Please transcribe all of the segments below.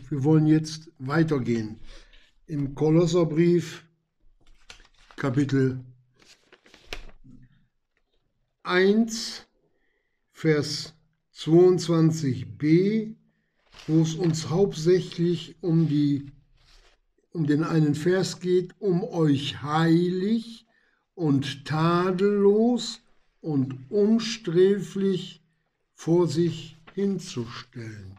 wir wollen jetzt weitergehen. Im Kolosserbrief, Kapitel 1, Vers 22b, wo es uns hauptsächlich um den einen Vers geht, um euch heilig und tadellos und unsträflich vor sich hinzustellen.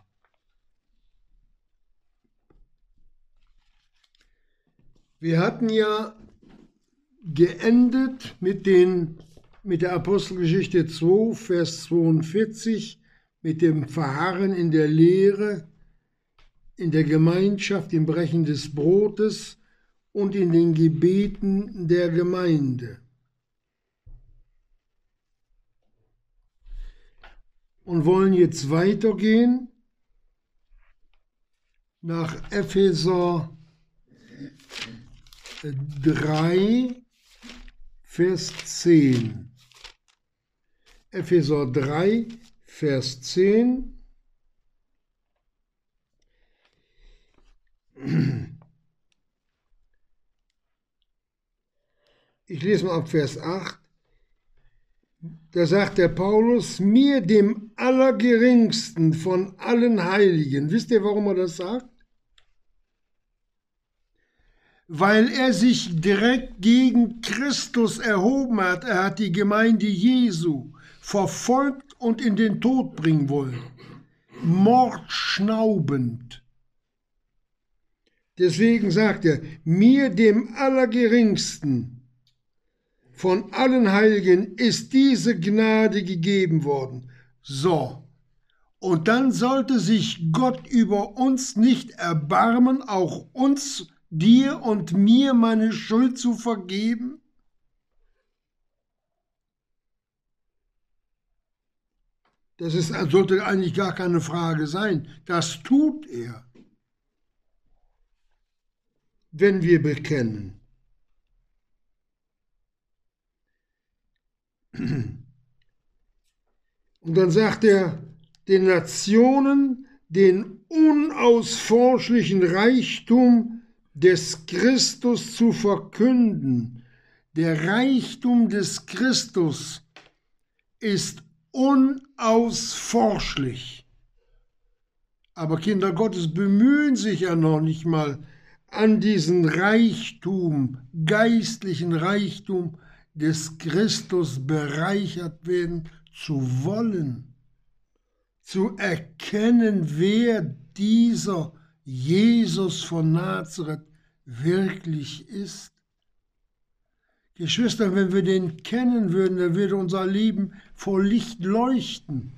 Wir hatten ja geendet mit der Apostelgeschichte 2, Vers 42, mit dem Verharren in der Lehre, in der Gemeinschaft, im Brechen des Brotes und in den Gebeten der Gemeinde. Und wollen jetzt weitergehen nach Epheser 3, Vers 10. Epheser 3, Vers 10. Ich lese mal ab Vers 8. Da sagt der Paulus, mir dem Allergeringsten von allen Heiligen. Wisst ihr, warum er das sagt? Weil er sich direkt gegen Christus erhoben hat. Er hat die Gemeinde Jesu verfolgt und in den Tod bringen wollen. Mordschnaubend. Deswegen sagt er, mir dem Allergeringsten von allen Heiligen ist diese Gnade gegeben worden. So, und dann sollte sich Gott über uns nicht erbarmen, auch uns, dir und mir meine Schuld zu vergeben? Sollte eigentlich gar keine Frage sein. Das tut er, wenn wir bekennen. Und dann sagt er, den Nationen den unausforschlichen Reichtum des Christus zu verkünden. Der Reichtum des Christus ist unausforschlich. Aber Kinder Gottes bemühen sich ja noch nicht mal an diesen Reichtum, geistlichen Reichtum des Christus bereichert werden zu wollen, zu erkennen, wer dieser Jesus von Nazareth wirklich ist. Geschwister, wenn wir den kennen würden, dann würde unser Leben vor Licht leuchten.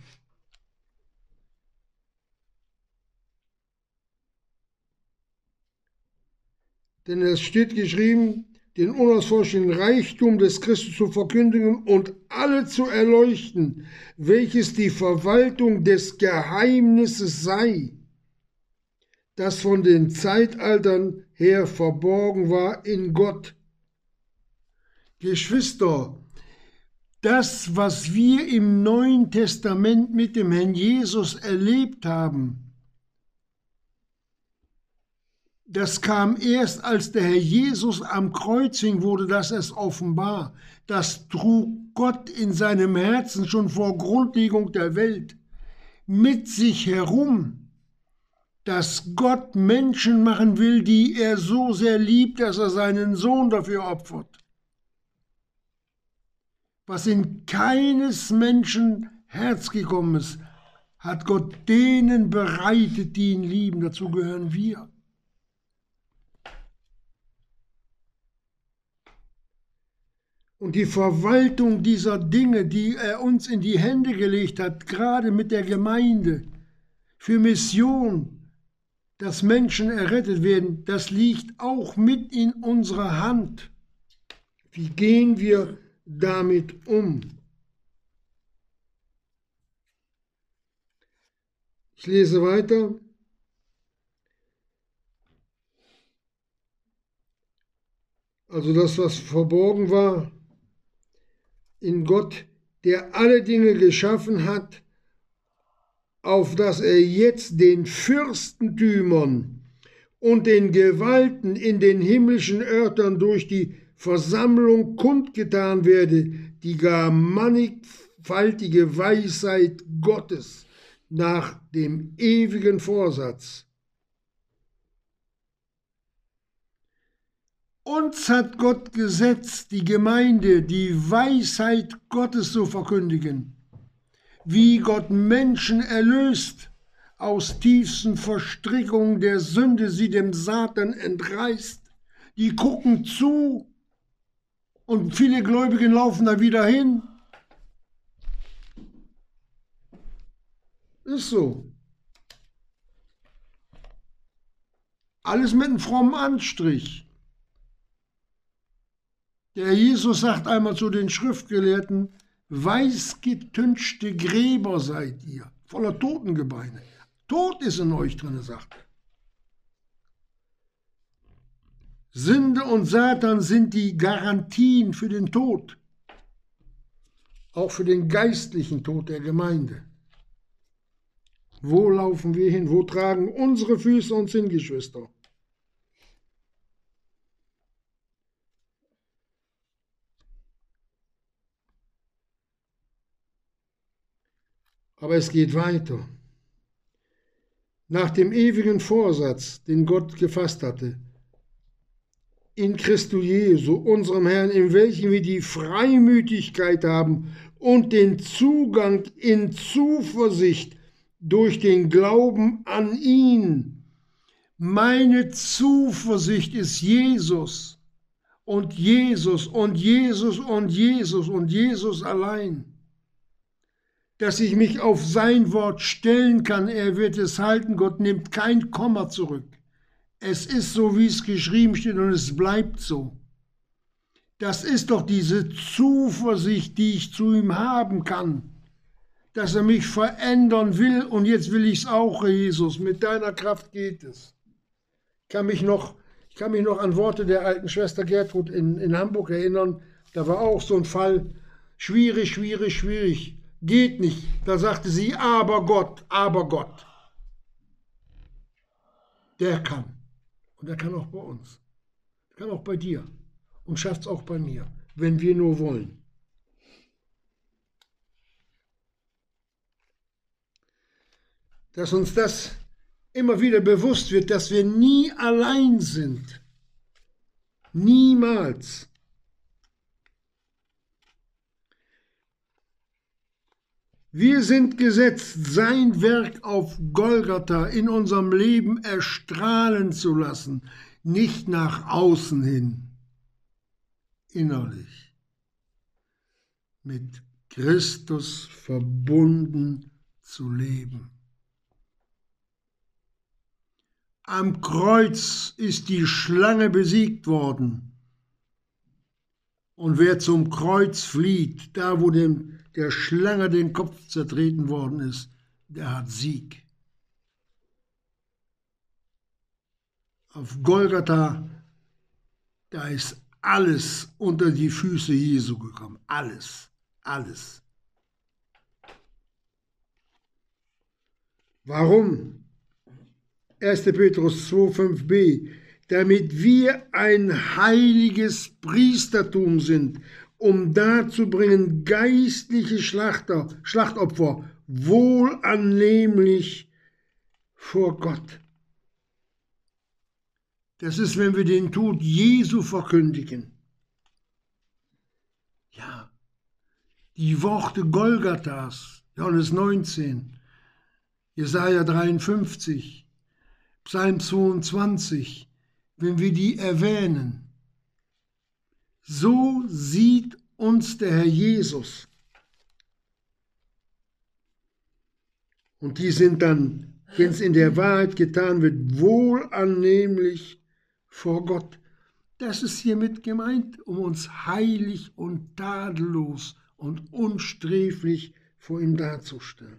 Denn es steht geschrieben, den unausforschlichen Reichtum des Christus zu verkündigen und alle zu erleuchten, welches die Verwaltung des Geheimnisses sei, das von den Zeitaltern her verborgen war in Gott. Geschwister, das, was wir im Neuen Testament mit dem Herrn Jesus erlebt haben, das kam erst, als der Herr Jesus am Kreuz hing, wurde das erst offenbar. Das trug Gott in seinem Herzen schon vor Grundlegung der Welt mit sich herum, dass Gott Menschen machen will, die er so sehr liebt, dass er seinen Sohn dafür opfert. Was in keines Menschen Herz gekommen ist, hat Gott denen bereitet, die ihn lieben. Dazu gehören wir. Und die Verwaltung dieser Dinge, die er uns in die Hände gelegt hat, gerade mit der Gemeinde, für Mission, dass Menschen errettet werden, das liegt auch mit in unserer Hand. Wie gehen wir damit um? Ich lese weiter. Also das, was verborgen war, in Gott, der alle Dinge geschaffen hat auf dass er jetzt den Fürstentümern und den Gewalten in den himmlischen Örtern durch die Versammlung kundgetan werde, die gar mannigfaltige Weisheit Gottes nach dem ewigen Vorsatz. Uns hat Gott gesetzt, die Gemeinde, die Weisheit Gottes zu verkündigen, wie Gott Menschen erlöst, aus tiefsten Verstrickungen der Sünde sie dem Satan entreißt. Die gucken zu und viele Gläubige laufen da wieder hin. Ist so. Alles mit einem frommen Anstrich. Der Jesus sagt einmal zu den Schriftgelehrten, weißgetünchte Gräber seid ihr, voller Totengebeine. Tod ist in euch drin, sagt er. Sünde und Satan sind die Garantien für den Tod, auch für den geistlichen Tod der Gemeinde. Wo laufen wir hin? Wo tragen unsere Füße uns hin, Geschwister? Aber es geht weiter. Nach dem ewigen Vorsatz, den Gott gefasst hatte, in Christo Jesu, unserem Herrn, in welchem wir die Freimütigkeit haben und den Zugang in Zuversicht durch den Glauben an ihn. Meine Zuversicht ist Jesus und Jesus und Jesus und Jesus und Jesus allein. Dass ich mich auf sein Wort stellen kann, er wird es halten, Gott nimmt kein Komma zurück. Es ist so, wie es geschrieben steht und es bleibt so. Das ist doch diese Zuversicht, die ich zu ihm haben kann, dass er mich verändern will und jetzt will ich es auch, Jesus, mit deiner Kraft geht es. Ich kann mich noch an Worte der alten Schwester Gertrud in Hamburg erinnern, da war auch so ein Fall, schwierig, geht nicht. Da sagte sie, aber Gott, der kann. Und er kann auch bei uns. Er kann auch bei dir. Und schafft es auch bei mir, wenn wir nur wollen. Dass uns das immer wieder bewusst wird, dass wir nie allein sind. Niemals. Wir sind gesetzt, sein Werk auf Golgatha in unserem Leben erstrahlen zu lassen, nicht nach außen hin, innerlich, mit Christus verbunden zu leben. Am Kreuz ist die Schlange besiegt worden. Und wer zum Kreuz flieht, da wo der Schlange den Kopf zertreten worden ist, der hat Sieg. Auf Golgatha, da ist alles unter die Füße Jesu gekommen. Alles. Warum? 1. Petrus 2,5b, damit wir ein heiliges Priestertum sind, um darzubringen geistliche Schlachtopfer, wohlannehmlich vor Gott. Das ist, wenn wir den Tod Jesu verkündigen. Ja, die Worte Golgathas, Johannes 19, Jesaja 53, Psalm 22, wenn wir die erwähnen, so sieht uns der Herr Jesus. Und die sind dann, wenn es in der Wahrheit getan wird, wohlannehmlich vor Gott. Das ist hiermit gemeint, um uns heilig und tadellos und unsträflich vor ihm darzustellen.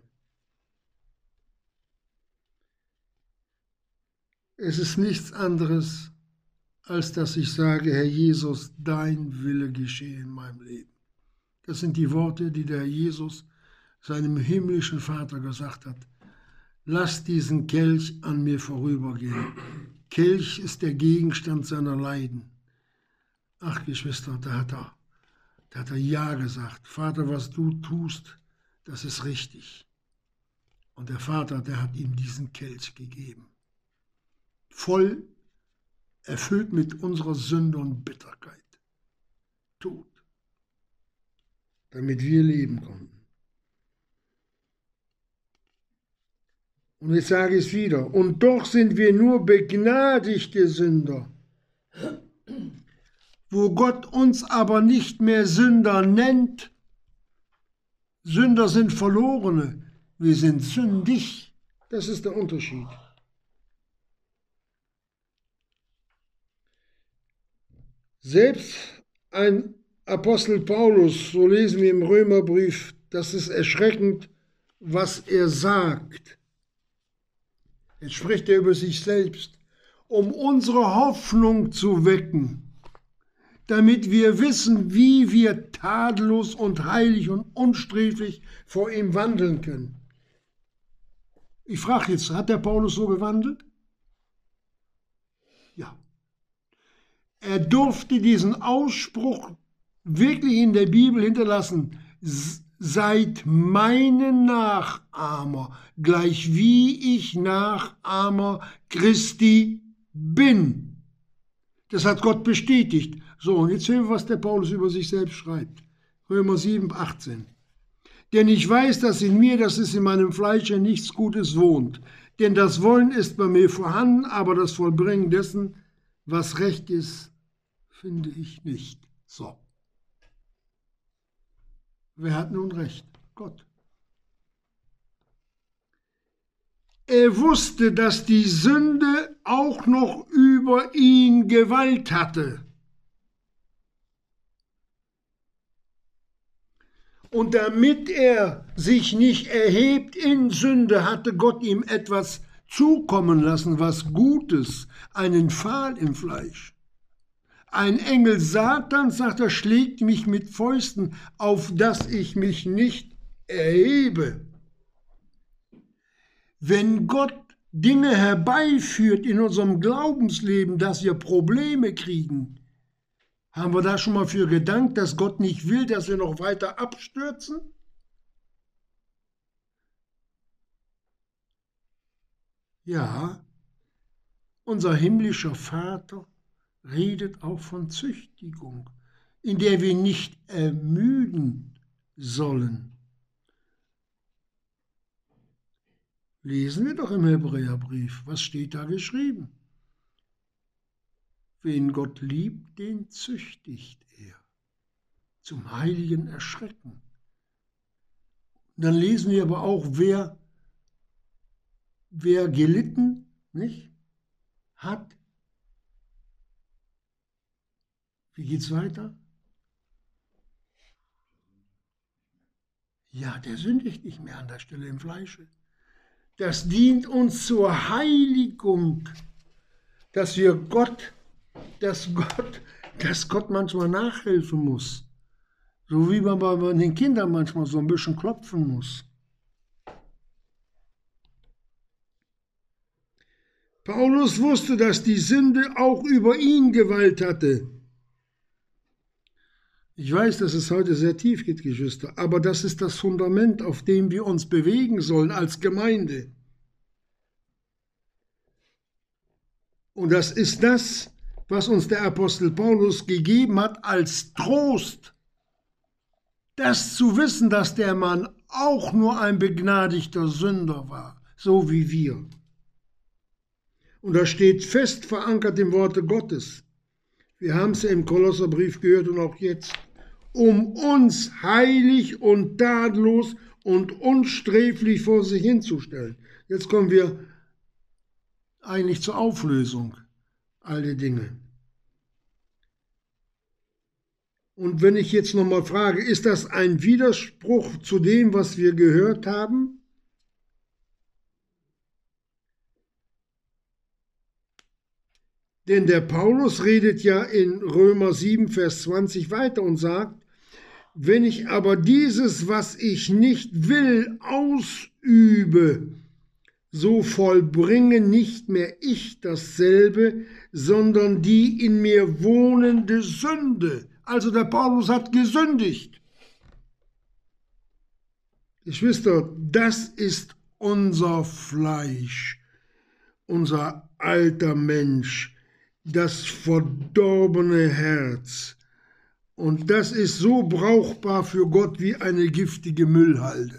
Es ist nichts anderes, als dass ich sage, Herr Jesus, dein Wille geschehe in meinem Leben. Das sind die Worte, die der Herr Jesus seinem himmlischen Vater gesagt hat, lass diesen Kelch an mir vorübergehen. Kelch ist der Gegenstand seiner Leiden. Ach, Geschwister, da hat er Ja gesagt. Vater, was du tust, das ist richtig. Und der Vater, der hat ihm diesen Kelch gegeben. Voll erfüllt mit unserer Sünde und Bitterkeit. Tod. Damit wir leben konnten. Und jetzt sage ich es wieder. Und doch sind wir nur begnadigte Sünder. Wo Gott uns aber nicht mehr Sünder nennt. Sünder sind Verlorene. Wir sind sündig. Das ist der Unterschied. Selbst ein Apostel Paulus, so lesen wir im Römerbrief, das ist erschreckend, was er sagt. Jetzt spricht er über sich selbst, um unsere Hoffnung zu wecken, damit wir wissen, wie wir tadellos und heilig und unsträflich vor ihm wandeln können. Ich frage jetzt, hat der Paulus so gewandelt? Ja. Er durfte diesen Ausspruch wirklich in der Bibel hinterlassen. Seid meine Nachahmer, gleich wie ich Nachahmer Christi bin. Das hat Gott bestätigt. So, und jetzt hören wir, was der Paulus über sich selbst schreibt. Römer 7, 18. Denn ich weiß, dass in mir, das ist in meinem Fleische, nichts Gutes wohnt. Denn das Wollen ist bei mir vorhanden, aber das Vollbringen dessen, was recht ist, finde ich nicht. So. Wer hat nun recht? Gott. Er wusste, dass die Sünde auch noch über ihn Gewalt hatte. Und damit er sich nicht erhebt in Sünde, hatte Gott ihm etwas zukommen lassen, was Gutes, einen Pfahl im Fleisch. Ein Engel Satans, sagt er, schlägt mich mit Fäusten, auf dass ich mich nicht erhebe. Wenn Gott Dinge herbeiführt in unserem Glaubensleben, dass wir Probleme kriegen, haben wir da schon mal für gedankt, dass Gott nicht will, dass wir noch weiter abstürzen? Ja, unser himmlischer Vater redet auch von Züchtigung, in der wir nicht ermüden sollen. Lesen wir doch im Hebräerbrief, was steht da geschrieben? Wen Gott liebt, den züchtigt er, zum heiligen Erschrecken. Dann lesen wir aber auch, wer gelitten, nicht, hat. Wie geht's weiter? Ja, der sündigt nicht mehr an der Stelle im Fleische. Das dient uns zur Heiligung, dass Gott manchmal nachhelfen muss. So wie man bei den Kindern manchmal so ein bisschen klopfen muss. Paulus wusste, dass die Sünde auch über ihn Gewalt hatte. Ich weiß, dass es heute sehr tief geht, Geschwister, aber das ist das Fundament, auf dem wir uns bewegen sollen als Gemeinde. Und das ist das, was uns der Apostel Paulus gegeben hat als Trost. Das zu wissen, dass der Mann auch nur ein begnadigter Sünder war, so wie wir. Und das steht fest verankert im Worte Gottes. Wir haben es ja im Kolosserbrief gehört und auch jetzt. Um uns heilig und tadellos und unsträflich vor sich hinzustellen. Jetzt kommen wir eigentlich zur Auflösung all der Dinge. Und wenn ich jetzt nochmal frage, ist das ein Widerspruch zu dem, was wir gehört haben? Denn der Paulus redet ja in Römer 7, Vers 20 weiter und sagt, wenn ich aber dieses, was ich nicht will, ausübe, so vollbringe nicht mehr ich dasselbe, sondern die in mir wohnende Sünde. Also der Paulus hat gesündigt. Geschwister, das ist unser Fleisch, unser alter Mensch, das verdorbene Herz. Und das ist so brauchbar für Gott wie eine giftige Müllhalde.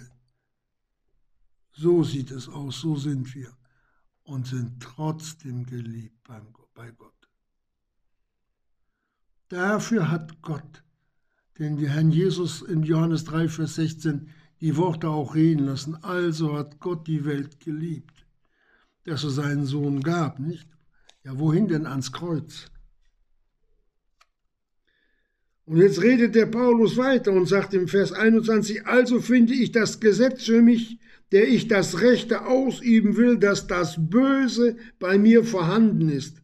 So sieht es aus, so sind wir und sind trotzdem geliebt bei Gott. Dafür hat Gott den Herrn Jesus in Johannes 3, Vers 16 die Worte auch reden lassen. Also hat Gott die Welt geliebt, dass er seinen Sohn gab, nicht? Ja, wohin denn? Ans Kreuz. Und jetzt redet der Paulus weiter und sagt im Vers 21, also finde ich das Gesetz für mich, der ich das Rechte ausüben will, dass das Böse bei mir vorhanden ist.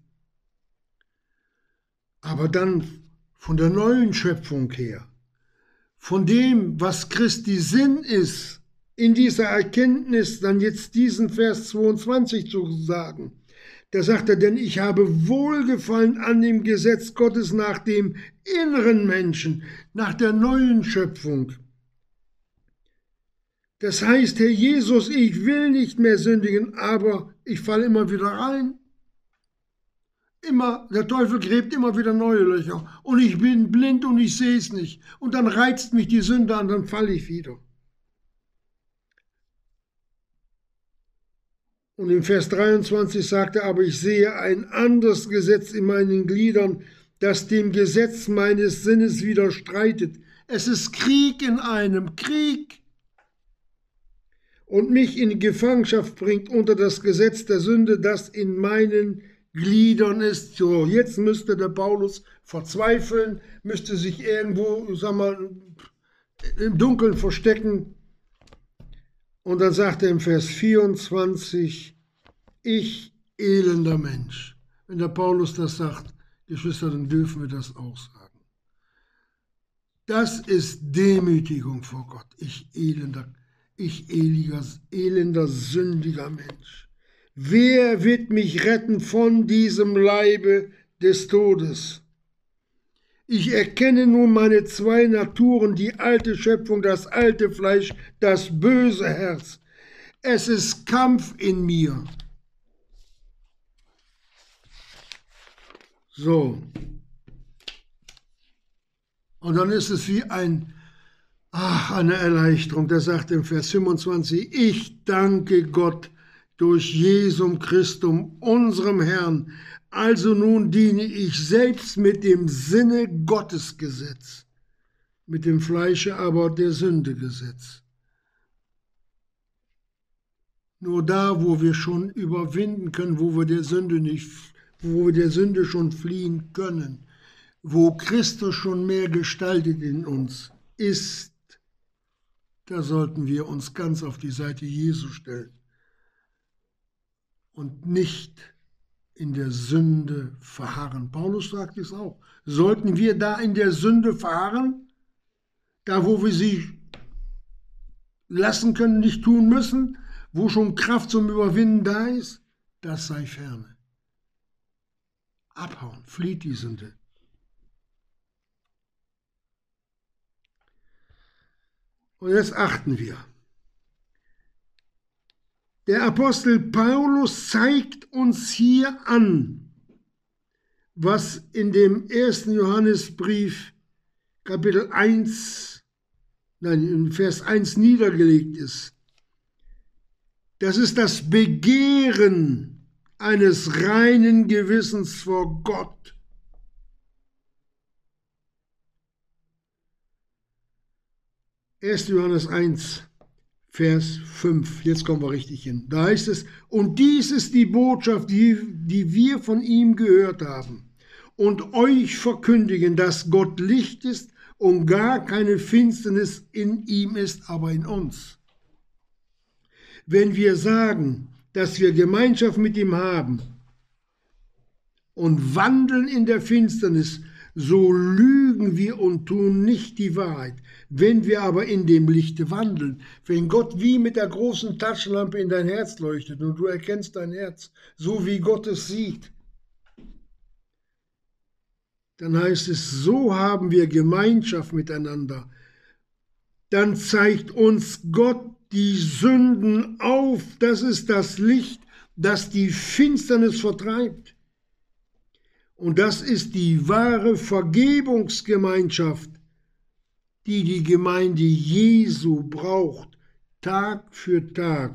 Aber dann von der neuen Schöpfung her, von dem, was Christi Sinn ist, in dieser Erkenntnis dann jetzt diesen Vers 22 zu sagen. Da sagt er, denn ich habe Wohlgefallen an dem Gesetz Gottes nach dem inneren Menschen, nach der neuen Schöpfung. Das heißt, Herr Jesus, ich will nicht mehr sündigen, aber ich falle immer wieder rein. Der Teufel gräbt immer wieder neue Löcher und ich bin blind und ich sehe es nicht. Und dann reizt mich die Sünde an, dann falle ich wieder. Und im Vers 23 sagt er, aber ich sehe ein anderes Gesetz in meinen Gliedern, das dem Gesetz meines Sinnes widerstreitet. Es ist Krieg in einem, Krieg. Und mich in Gefangenschaft bringt unter das Gesetz der Sünde, das in meinen Gliedern ist. So, jetzt müsste der Paulus verzweifeln, müsste sich irgendwo, im Dunkeln verstecken. Und dann sagt er im Vers 24, ich elender Mensch. Wenn der Paulus das sagt, Geschwister, dann dürfen wir das auch sagen. Das ist Demütigung vor Gott. Ich elender, sündiger Mensch. Wer wird mich retten von diesem Leibe des Todes? Ich erkenne nun meine zwei Naturen, die alte Schöpfung, das alte Fleisch, das böse Herz. Es ist Kampf in mir. So. Und dann ist es wie eine Erleichterung. Der sagt im Vers 25, ich danke Gott durch Jesum Christum, unserem Herrn. Also nun diene ich selbst mit dem Sinne Gottes Gesetz, mit dem Fleische aber der Sünde Gesetz. Nur da, wo wir schon überwinden können, wo wir der Sünde schon fliehen können, wo Christus schon mehr gestaltet in uns ist, da sollten wir uns ganz auf die Seite Jesu stellen und nicht in der Sünde verharren. Paulus sagt es auch. Sollten wir da in der Sünde verharren, da wo wir sie lassen können, nicht tun müssen, wo schon Kraft zum Überwinden da ist, das sei ferne. Abhauen, flieht die Sünde. Und jetzt achten wir. Der Apostel Paulus zeigt uns hier an, was in dem 1. Johannesbrief Kapitel 1, in Vers 1 niedergelegt ist. Das ist das Begehren eines reinen Gewissens vor Gott. Johannes 1, Vers 5, jetzt kommen wir richtig hin. Da heißt es, und dies ist die Botschaft, die wir von ihm gehört haben und euch verkündigen, dass Gott Licht ist und gar keine Finsternis in ihm ist, aber in uns. Wenn wir sagen, dass wir Gemeinschaft mit ihm haben und wandeln in der Finsternis, so lügen wir und tun nicht die Wahrheit. Wenn wir aber in dem Lichte wandeln, wenn Gott wie mit der großen Taschenlampe in dein Herz leuchtet und du erkennst dein Herz, so wie Gott es sieht, dann heißt es, so haben wir Gemeinschaft miteinander. Dann zeigt uns Gott die Sünden auf. Das ist das Licht, das die Finsternis vertreibt. Und das ist die wahre Vergebungsgemeinschaft, die die Gemeinde Jesu braucht, Tag für Tag.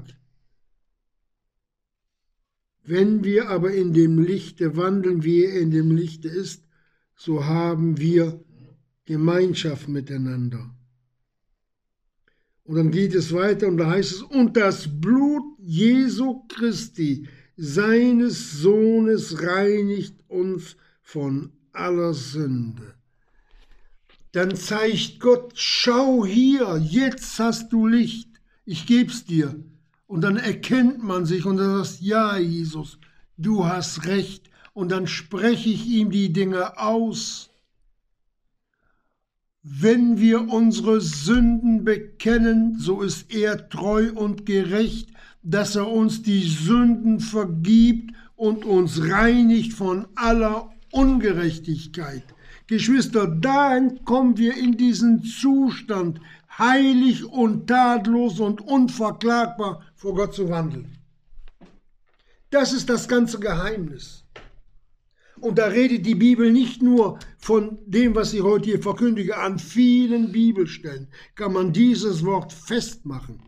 Wenn wir aber in dem Lichte wandeln, wie er in dem Lichte ist, so haben wir Gemeinschaft miteinander. Und dann geht es weiter und da heißt es, und das Blut Jesu Christi, seines Sohnes, reinigt uns von aller Sünde. Dann zeigt Gott, schau hier, jetzt hast du Licht, ich geb's dir. Und dann erkennt man sich und dann sagt, ja Jesus, du hast recht. Und dann spreche ich ihm die Dinge aus. Wenn wir unsere Sünden bekennen, so ist er treu und gerecht, dass er uns die Sünden vergibt und uns reinigt von aller Ungerechtigkeit. Geschwister, dahin kommen wir in diesen Zustand, heilig und tadellos und unverklagbar vor Gott zu wandeln. Das ist das ganze Geheimnis. Und da redet die Bibel nicht nur von dem, was ich heute hier verkündige. An vielen Bibelstellen kann man dieses Wort festmachen.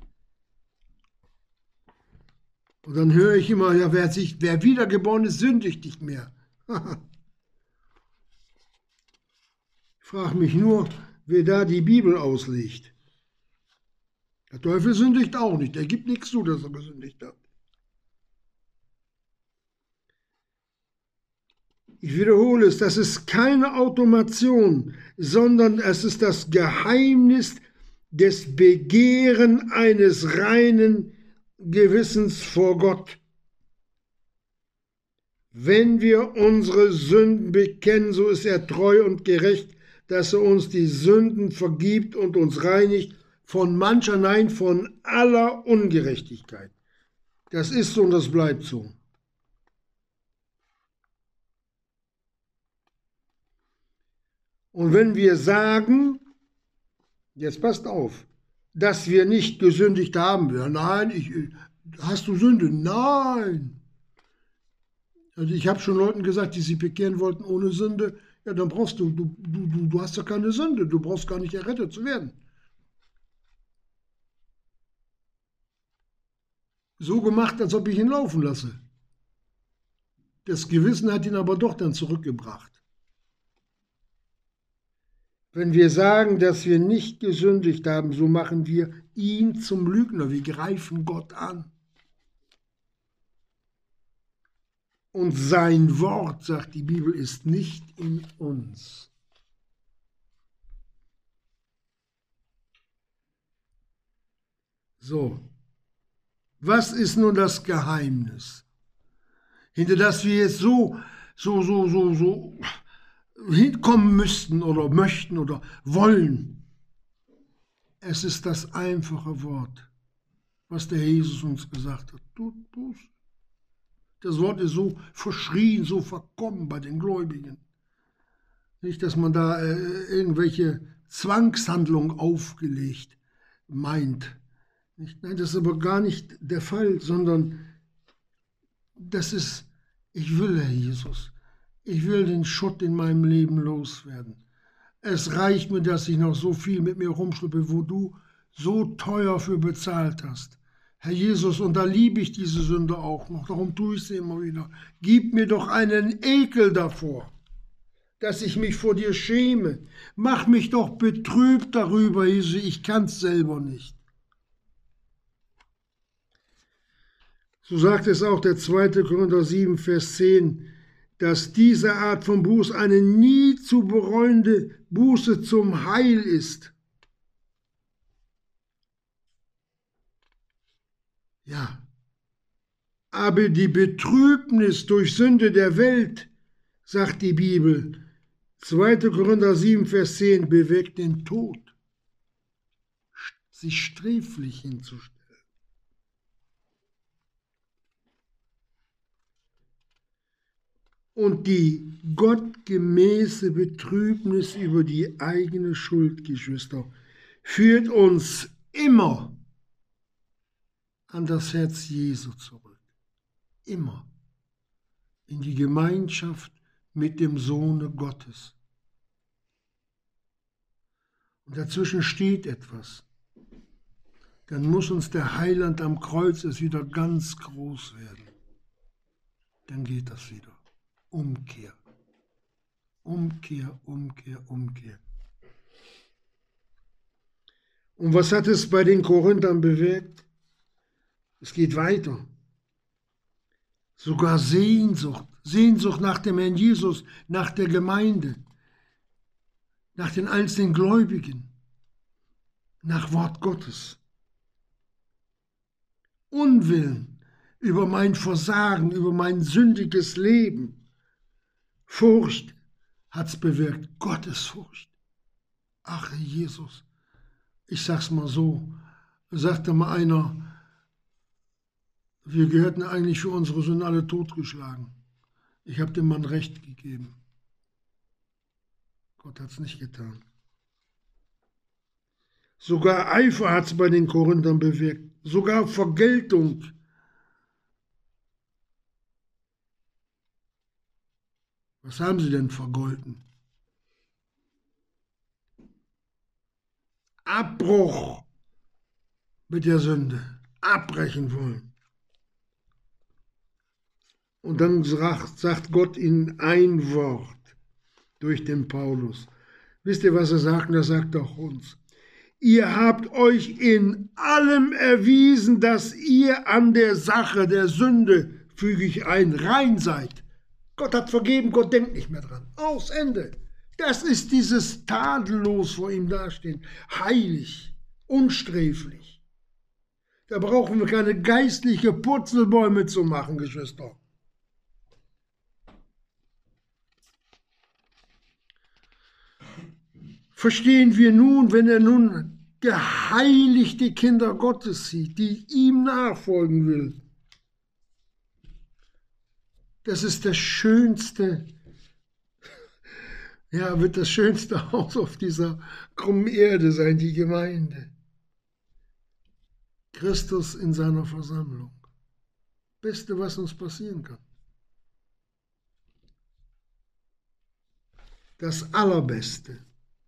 Und dann höre ich immer, ja, wer wiedergeboren ist, sündigt nicht mehr. Ich frage mich nur, wer da die Bibel auslegt. Der Teufel sündigt auch nicht. Er gibt nichts zu, dass er gesündigt hat. Ich wiederhole es, das ist keine Automation, sondern es ist das Geheimnis des Begehren eines reinen Gewissens vor Gott. Wenn wir unsere Sünden bekennen, so ist er treu und gerecht, dass er uns die Sünden vergibt und uns reinigt von mancher, nein, von aller Ungerechtigkeit. Das ist so und das bleibt so. Und wenn wir sagen, jetzt passt auf, dass wir nicht gesündigt haben, nein, hast du Sünde? Nein. Also ich habe schon Leuten gesagt, die sich bekehren wollten ohne Sünde, ja, dann brauchst du hast ja keine Sünde, du brauchst gar nicht errettet zu werden. So gemacht, als ob ich ihn laufen lasse. Das Gewissen hat ihn aber doch dann zurückgebracht. Wenn wir sagen, dass wir nicht gesündigt haben, so machen wir ihn zum Lügner. Wir greifen Gott an. Und sein Wort, sagt die Bibel, ist nicht in uns. So, was ist nun das Geheimnis, hinter das wir jetzt so hinkommen müssten oder möchten oder wollen? Es ist das einfache Wort, was der Jesus uns gesagt hat. Tut Buße. Das Wort ist so verschrien, so verkommen bei den Gläubigen. Nicht, dass man da irgendwelche Zwangshandlungen aufgelegt meint. Nicht? Nein, das ist aber gar nicht der Fall, sondern das ist, ich will, Herr Jesus, ich will den Schutt in meinem Leben loswerden. Es reicht mir, dass ich noch so viel mit mir rumschleppe, wo du so teuer für bezahlt hast. Herr Jesus, und da liebe ich diese Sünde auch noch, darum tue ich sie immer wieder. Gib mir doch einen Ekel davor, dass ich mich vor dir schäme. Mach mich doch betrübt darüber, Jesus, ich kann es selber nicht. So sagt es auch der 2. Korinther 7, Vers 10, dass diese Art von Buße eine nie zu bereuende Buße zum Heil ist. Ja, aber die Betrübnis durch Sünde der Welt, sagt die Bibel, 2. Korinther 7, Vers 10, bewirkt den Tod. sich sträflich hinzustellen. Und die gottgemäße Betrübnis über die eigene Schuld, Geschwister, führt uns immer an das Herz Jesu zurück. Immer in die Gemeinschaft mit dem Sohne Gottes. Und dazwischen steht etwas. Dann muss uns der Heiland am Kreuz es wieder ganz groß werden. Dann geht das wieder. Umkehr. Umkehr, Umkehr, Umkehr. Und was hat es bei den Korinthern bewirkt? Es geht weiter. Sogar Sehnsucht. Sehnsucht nach dem Herrn Jesus, nach der Gemeinde, nach den einzelnen Gläubigen, nach Wort Gottes. Unwillen über mein Versagen, über mein sündiges Leben. Furcht hat es bewirkt, Gottesfurcht. Ach, Jesus, ich sag's mal so, sagte mal einer, wir gehörten eigentlich für unsere Sünden alle totgeschlagen. Ich habe dem Mann Recht gegeben. Gott hat's nicht getan. Sogar Eifer hat's bei den Korinthern bewirkt, sogar Vergeltung. Was haben sie denn vergolten? Abbruch mit der Sünde, abbrechen wollen. Und dann sagt Gott ihnen ein Wort durch den Paulus. Wisst ihr, was er sagt? Und das sagt auch uns. Ihr habt euch in allem erwiesen, dass ihr an der Sache der Sünde, füge ich ein, rein seid. Gott hat vergeben, Gott denkt nicht mehr dran. Aus, Ende. Das ist dieses tadellos vor ihm dastehen. Heilig, unsträflich. Da brauchen wir keine geistliche Purzelbäume zu machen, Geschwister. Verstehen wir nun, wenn er nun geheiligte Kinder Gottes sieht, die ihm nachfolgen will. Das ist das schönste, ja, wird das schönste Haus auf dieser krummen Erde sein, die Gemeinde. Christus in seiner Versammlung. Beste, was uns passieren kann. Das Allerbeste.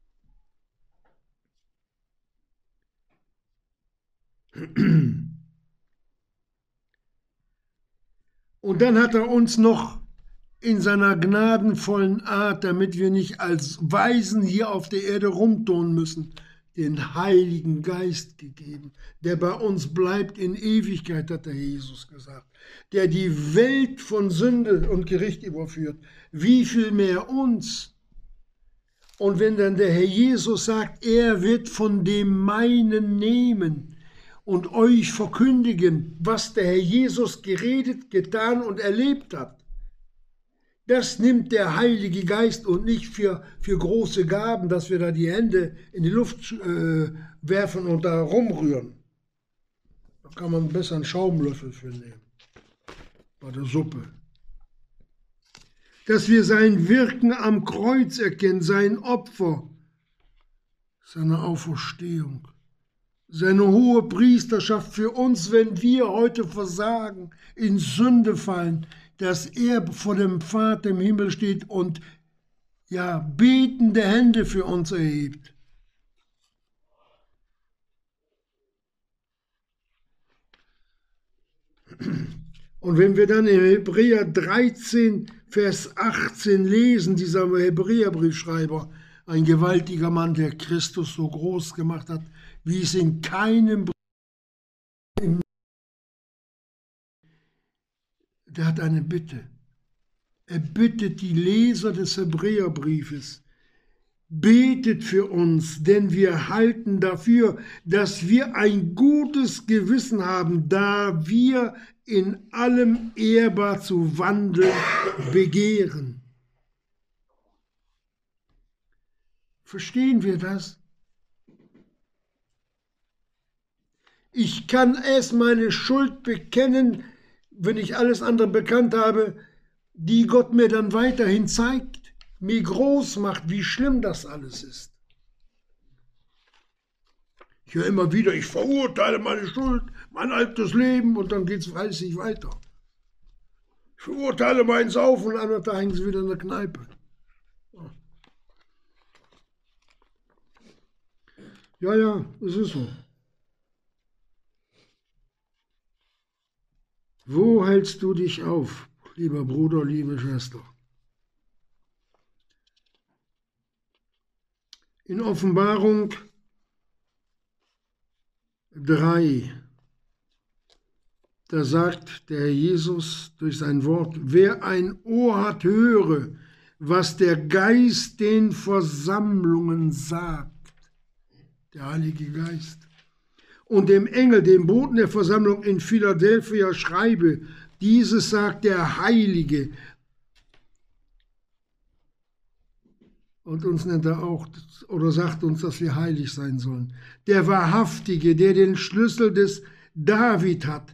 Und dann hat er uns noch in seiner gnadenvollen Art, damit wir nicht als Weisen hier auf der Erde rumtun müssen, den Heiligen Geist gegeben, der bei uns bleibt in Ewigkeit, hat der Jesus gesagt, der die Welt von Sünde und Gericht überführt. Wie viel mehr uns? Und wenn dann der Herr Jesus sagt, er wird von dem meinen nehmen und euch verkündigen, was der Herr Jesus geredet, getan und erlebt hat. Das nimmt der Heilige Geist und nicht für große Gaben, dass wir da die Hände in die Luft werfen und da rumrühren. Da kann man besser einen Schaumlöffel für nehmen, bei der Suppe. Dass wir sein Wirken am Kreuz erkennen, sein Opfer, seine Auferstehung. Seine hohe Priesterschaft für uns, wenn wir heute versagen, in Sünde fallen, dass er vor dem Vater im Himmel steht und ja, betende Hände für uns erhebt. Und wenn wir dann in Hebräer 13, Vers 18 lesen, dieser Hebräerbriefschreiber, ein gewaltiger Mann, der Christus so groß gemacht hat, wie es in keinem Brief, der hat eine Bitte. Er bittet die Leser des Hebräerbriefes, betet für uns, denn wir halten dafür, dass wir ein gutes Gewissen haben, da wir in allem ehrbar zu wandeln begehren. Verstehen wir das? Ich kann erst meine Schuld bekennen, wenn ich alles andere bekannt habe, die Gott mir dann weiterhin zeigt, mir groß macht, wie schlimm das alles ist. Ich höre immer wieder, ich verurteile meine Schuld, mein altes Leben und dann geht es fleißig weiter. Ich verurteile meinen Saufen und anderen Tag hängen sie wieder in der Kneipe. Ja, es ist so. Wo hältst du dich auf, lieber Bruder, liebe Schwester? In Offenbarung 3, da sagt der Herr Jesus durch sein Wort, wer ein Ohr hat, höre, was der Geist den Versammlungen sagt. Der Heilige Geist. Und dem Engel, dem Boten der Versammlung in Philadelphia schreibe, dieses sagt der Heilige. Und uns nennt er auch, oder sagt uns, dass wir heilig sein sollen. Der Wahrhaftige, der den Schlüssel des David hat.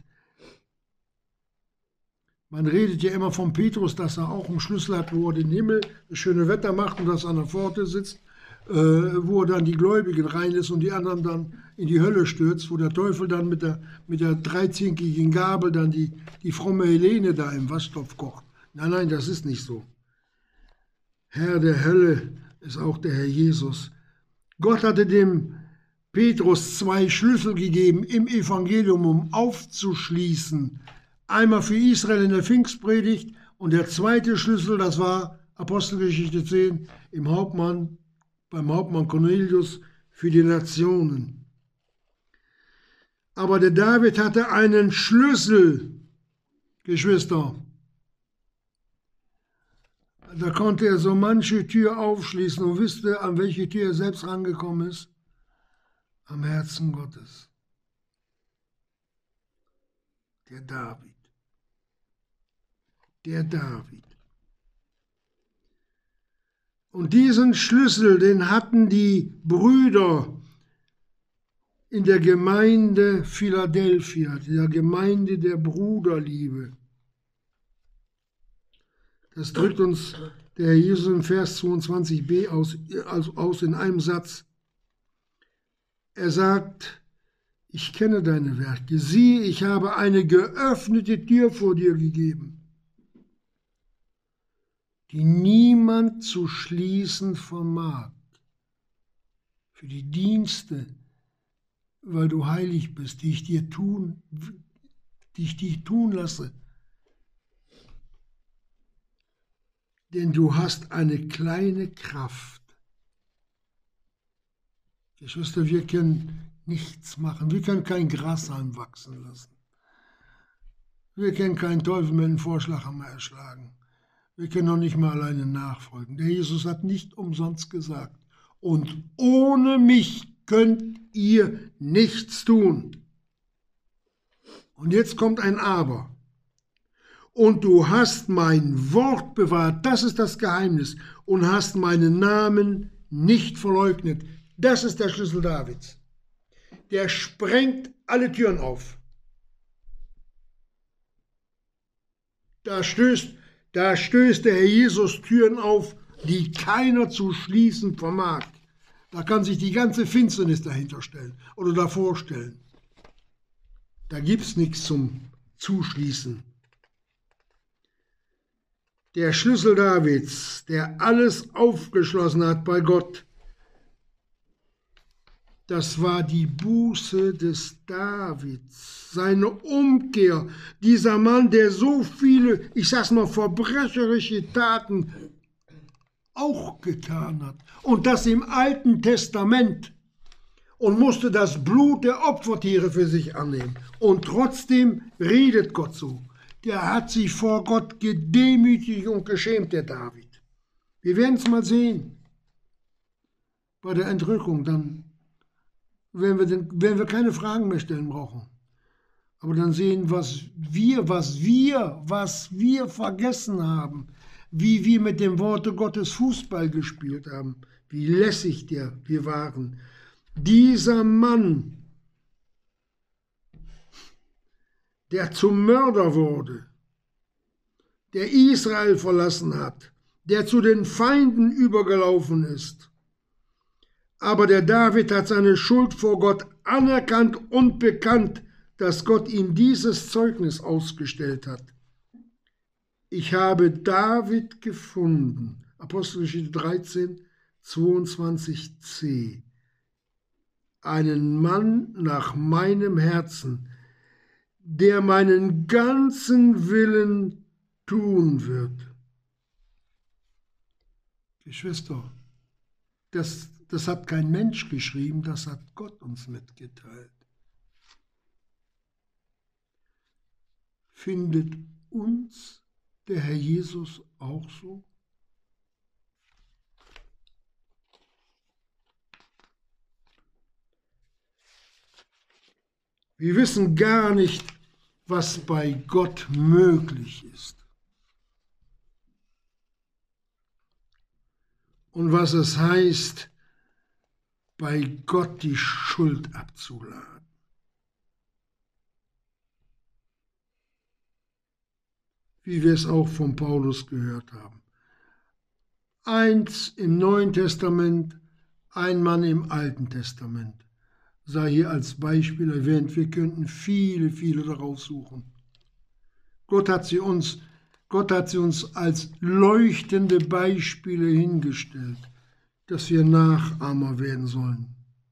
Man redet ja immer von Petrus, dass er auch einen Schlüssel hat, wo er den Himmel, das schöne Wetter macht und das an der Pforte sitzt. Wo er dann die Gläubigen reinlässt und die anderen dann in die Hölle stürzt, wo der Teufel dann mit der 13-kigen Gabel dann die fromme Helene da im Waschtopf kocht. Nein, das ist nicht so. Herr der Hölle ist auch der Herr Jesus. Gott hatte dem Petrus 2 Schlüssel gegeben im Evangelium, um aufzuschließen. Einmal für Israel in der Pfingstpredigt und der zweite Schlüssel, das war Apostelgeschichte 10 beim Hauptmann Cornelius für die Nationen. Aber der David hatte einen Schlüssel, Geschwister. Da konnte er so manche Tür aufschließen und wusste, an welche Tür er selbst rangekommen ist. Am Herzen Gottes. Der David. Der David. Und diesen Schlüssel, den hatten die Brüder in der Gemeinde Philadelphia, der Gemeinde der Bruderliebe. Das drückt uns der Herr Jesus im Vers 22b aus in einem Satz. Er sagt, ich kenne deine Werke, siehe, ich habe eine geöffnete Tür vor dir gegeben, die niemand zu schließen vermag. Für die Dienste, weil du heilig bist, die ich dir tun lasse. Denn du hast eine kleine Kraft. Geschwister, wir können nichts machen. Wir können kein Grashalm wachsen lassen. Wir können keinen Teufel mit einem Vorschlaghammer erschlagen. Wir können noch nicht mal alleine nachfolgen. Der Jesus hat nicht umsonst gesagt, und ohne mich könnt ihr nichts tun. Und jetzt kommt ein Aber. Und du hast mein Wort bewahrt, das ist das Geheimnis, und hast meinen Namen nicht verleugnet. Das ist der Schlüssel Davids. Der sprengt alle Türen auf. Da stößt der Herr Jesus Türen auf, die keiner zu schließen vermag. Da kann sich die ganze Finsternis dahinter stellen oder davor stellen. Da gibt es nichts zum Zuschließen. Der Schlüssel Davids, der alles aufgeschlossen hat bei Gott, das war die Buße des Davids, seine Umkehr. Dieser Mann, der so viele, ich sag's mal, verbrecherische Taten auch getan hat. Und das im Alten Testament. Und musste das Blut der Opfertiere für sich annehmen. Und trotzdem redet Gott so. Der hat sich vor Gott gedemütigt und geschämt, der David. Wir werden es mal sehen. Bei der Entrückung, dann werden wir keine Fragen mehr stellen brauchen. Aber dann sehen, was wir vergessen haben, wie wir mit dem Worte Gottes Fußball gespielt haben, wie lässig wir waren. Dieser Mann der zum Mörder wurde, der Israel verlassen hat, der zu den Feinden übergelaufen ist. Aber der David hat seine Schuld vor Gott anerkannt und bekannt, dass Gott ihm dieses Zeugnis ausgestellt hat. Ich habe David gefunden, Apostelgeschichte 13, 22c, einen Mann nach meinem Herzen, der meinen ganzen Willen tun wird. Geschwister, das hat kein Mensch geschrieben, das hat Gott uns mitgeteilt. Findet uns der Herr Jesus auch so? Wir wissen gar nicht, was bei Gott möglich ist und was es heißt, bei Gott die Schuld abzuladen. Wie wir es auch von Paulus gehört haben. Eins im Neuen Testament, ein Mann im Alten Testament. Sei hier als Beispiel erwähnt, wir könnten viele, viele daraus suchen. Gott hat sie uns als leuchtende Beispiele hingestellt, dass wir Nachahmer werden sollen.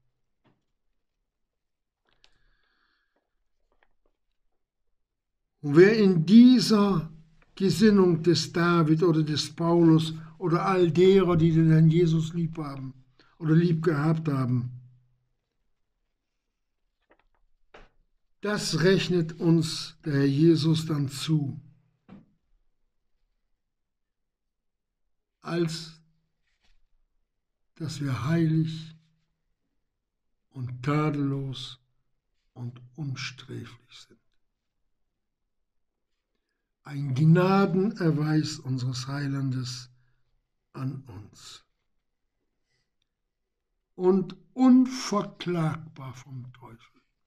Und wer in dieser Gesinnung des David oder des Paulus oder all derer, die den Herrn Jesus lieb haben oder lieb gehabt haben, das rechnet uns der Herr Jesus dann zu, als dass wir heilig und tadellos und unsträflich sind. Ein Gnadenerweis unseres Heilandes an uns und unverklagbar vom Teufel.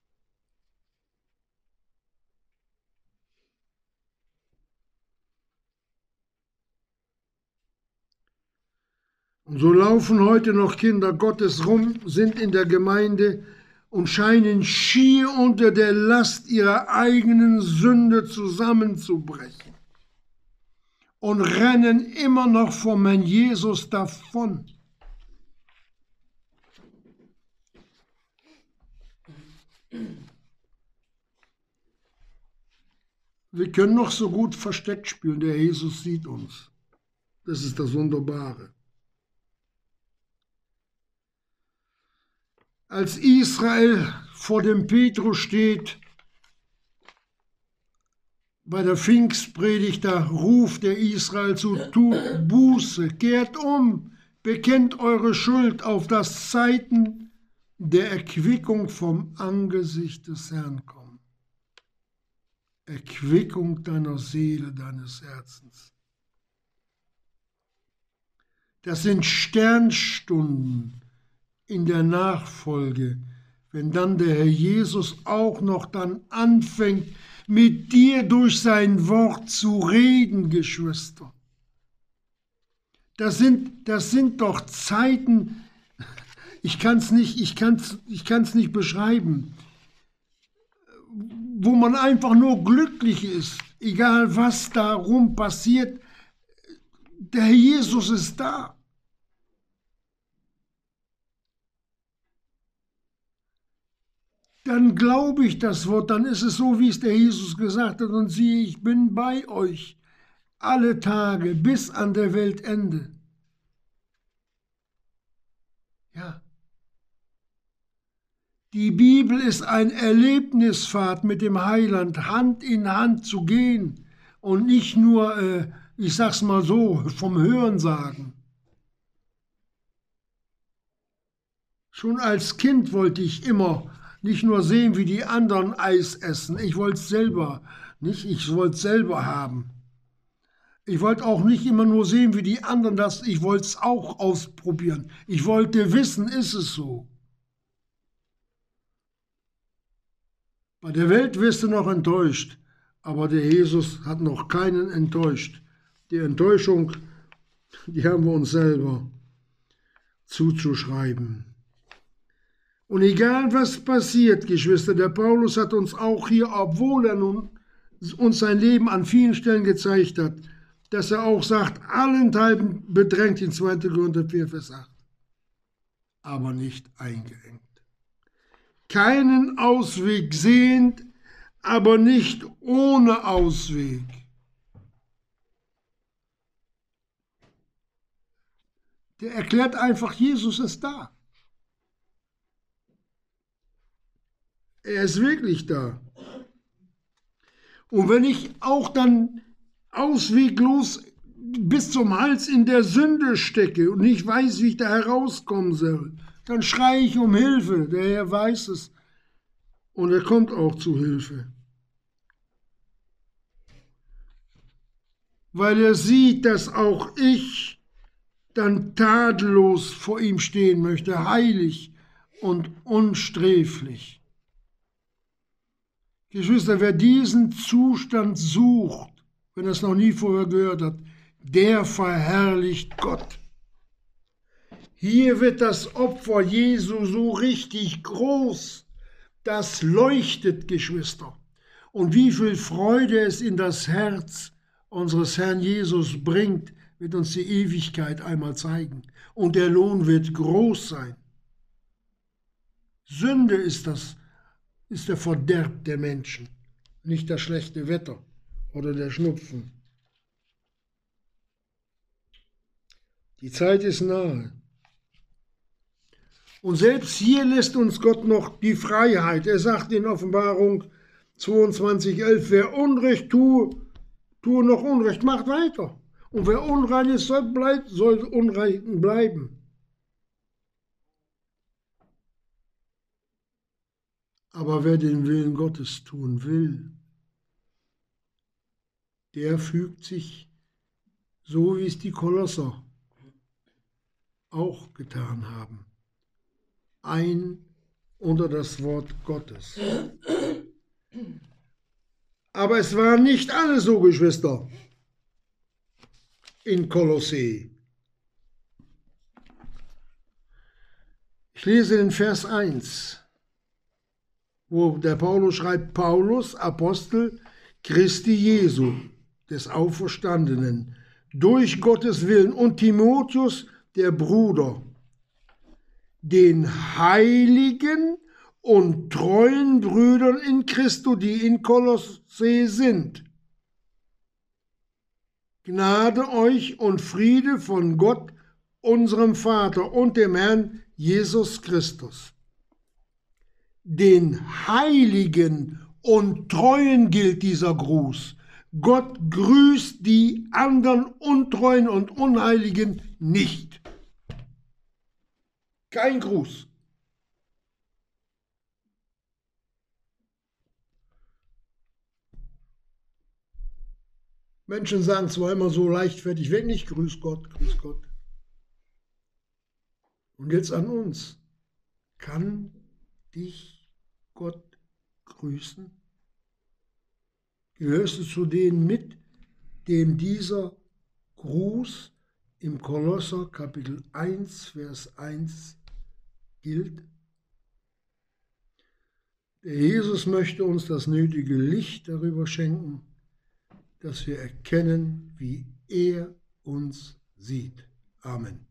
Und so laufen heute noch Kinder Gottes rum, sind in der Gemeinde und scheinen schier unter der Last ihrer eigenen Sünde zusammenzubrechen und rennen immer noch vom Herrn Jesus davon. Wir können noch so gut versteckt spielen, der Jesus sieht uns. Das ist das Wunderbare. Als Israel vor dem Petrus steht, bei der Pfingstpredigt, da ruft der Israel zu, tut Buße, kehrt um, bekennt eure Schuld, auf das Zeiten der Erquickung vom Angesicht des Herrn kommen. Erquickung deiner Seele, deines Herzens. Das sind Sternstunden in der Nachfolge, wenn dann der Herr Jesus auch noch dann anfängt, mit dir durch sein Wort zu reden, Geschwister. Das sind doch Zeiten, ich kann's nicht beschreiben, wo man einfach nur glücklich ist, egal was darum passiert, der Herr Jesus ist da. Dann glaube ich das Wort, dann ist es so, wie es der Jesus gesagt hat, und siehe, ich bin bei euch alle Tage bis an der Weltende. Ja. Die Bibel ist ein Erlebnisfahrt mit dem Heiland, Hand in Hand zu gehen und nicht nur, ich sag's mal so, vom Hörensagen. Schon als Kind wollte ich immer nicht nur sehen, wie die anderen Eis essen. Ich wollte es selber, nicht? Ich wollte es selber haben. Ich wollte auch nicht immer nur sehen, wie die anderen das, ich wollte es auch ausprobieren. Ich wollte wissen, ist es so? Bei der Welt wirst du noch enttäuscht, aber der Jesus hat noch keinen enttäuscht. Die Enttäuschung, die haben wir uns selber zuzuschreiben. Und egal was passiert, Geschwister, der Paulus hat uns auch hier, obwohl er nun uns sein Leben an vielen Stellen gezeigt hat, dass er auch sagt, allenthalben bedrängt in 2. Korinther 4, Vers 8, aber nicht eingeengt. Keinen Ausweg sehend, aber nicht ohne Ausweg. Der erklärt einfach, Jesus ist da. Er ist wirklich da. Und wenn ich auch dann ausweglos bis zum Hals in der Sünde stecke und nicht weiß, wie ich da herauskommen soll, dann schreie ich um Hilfe. Der Herr weiß es. Und er kommt auch zu Hilfe. Weil er sieht, dass auch ich dann tadellos vor ihm stehen möchte, heilig und unsträflich. Geschwister, wer diesen Zustand sucht, wenn er es noch nie vorher gehört hat, der verherrlicht Gott. Hier wird das Opfer Jesu so richtig groß. Das leuchtet, Geschwister. Und wie viel Freude es in das Herz unseres Herrn Jesus bringt, wird uns die Ewigkeit einmal zeigen. Und der Lohn wird groß sein. Sünde ist der Verderb der Menschen, nicht das schlechte Wetter oder der Schnupfen. Die Zeit ist nahe. Und selbst hier lässt uns Gott noch die Freiheit. Er sagt in Offenbarung 22,11, wer Unrecht tue noch Unrecht, macht weiter. Und wer unrein ist, soll unrein bleiben. Aber wer den Willen Gottes tun will, der fügt sich, so wie es die Kolosser auch getan haben, ein unter das Wort Gottes. Aber es waren nicht alle so, Geschwister, in Kolossee. Ich lese den Vers 1, wo der Paulus schreibt, Paulus, Apostel Christi Jesu, des Auferstandenen, durch Gottes Willen, und Timotheus, der Bruder, den heiligen und treuen Brüdern in Christo, die in Kolossee sind. Gnade euch und Friede von Gott, unserem Vater und dem Herrn Jesus Christus. Den Heiligen und Treuen gilt dieser Gruß. Gott grüßt die anderen Untreuen und Unheiligen nicht. Kein Gruß. Menschen sagen zwar immer so leichtfertig, wenn nicht, grüß Gott, grüß Gott. Und jetzt an uns. Kann dich Gott grüßen? Gehörst du zu denen mit, dem dieser Gruß im Kolosser Kapitel 1, Vers 1 gilt? Der Jesus möchte uns das nötige Licht darüber schenken, dass wir erkennen, wie er uns sieht. Amen.